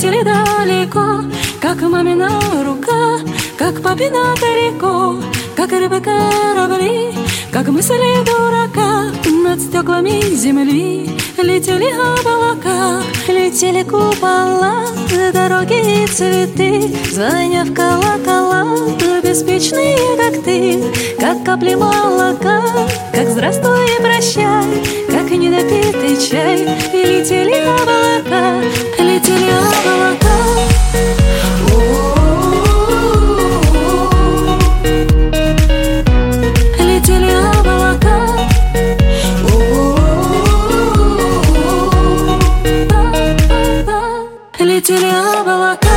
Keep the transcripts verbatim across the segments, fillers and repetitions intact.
летели далеко, как мамина рука, как папина далеко, как рыбы корабли, как мысли дурака. Над стеклами земли летели облака, летели купола, дороги и цветы, звоня в колокола, беспечные, как ты, как капли молока, как здравствуй и прощай, как недопитый чай. И летели облака, летели облака. Летели облака. Летели облака.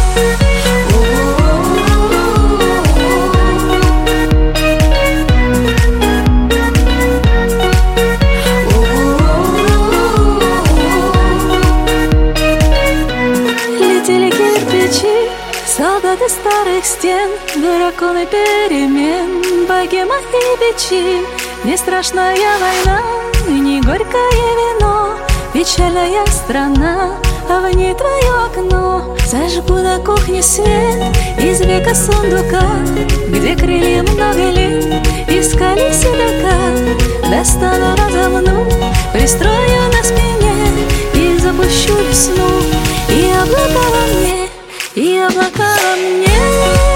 Летели кирпичи, солдаты старых стен, драконы перемен, богема и бичи. Не страшная война, не горькое вино, печальная страна, а в ней твое окно. Зажгу на кухне свет из века сундука, где крылья много лет искали седока. Достану, разомну, пристрою на спине и запущу весну. И облака во мне, и облака во мне.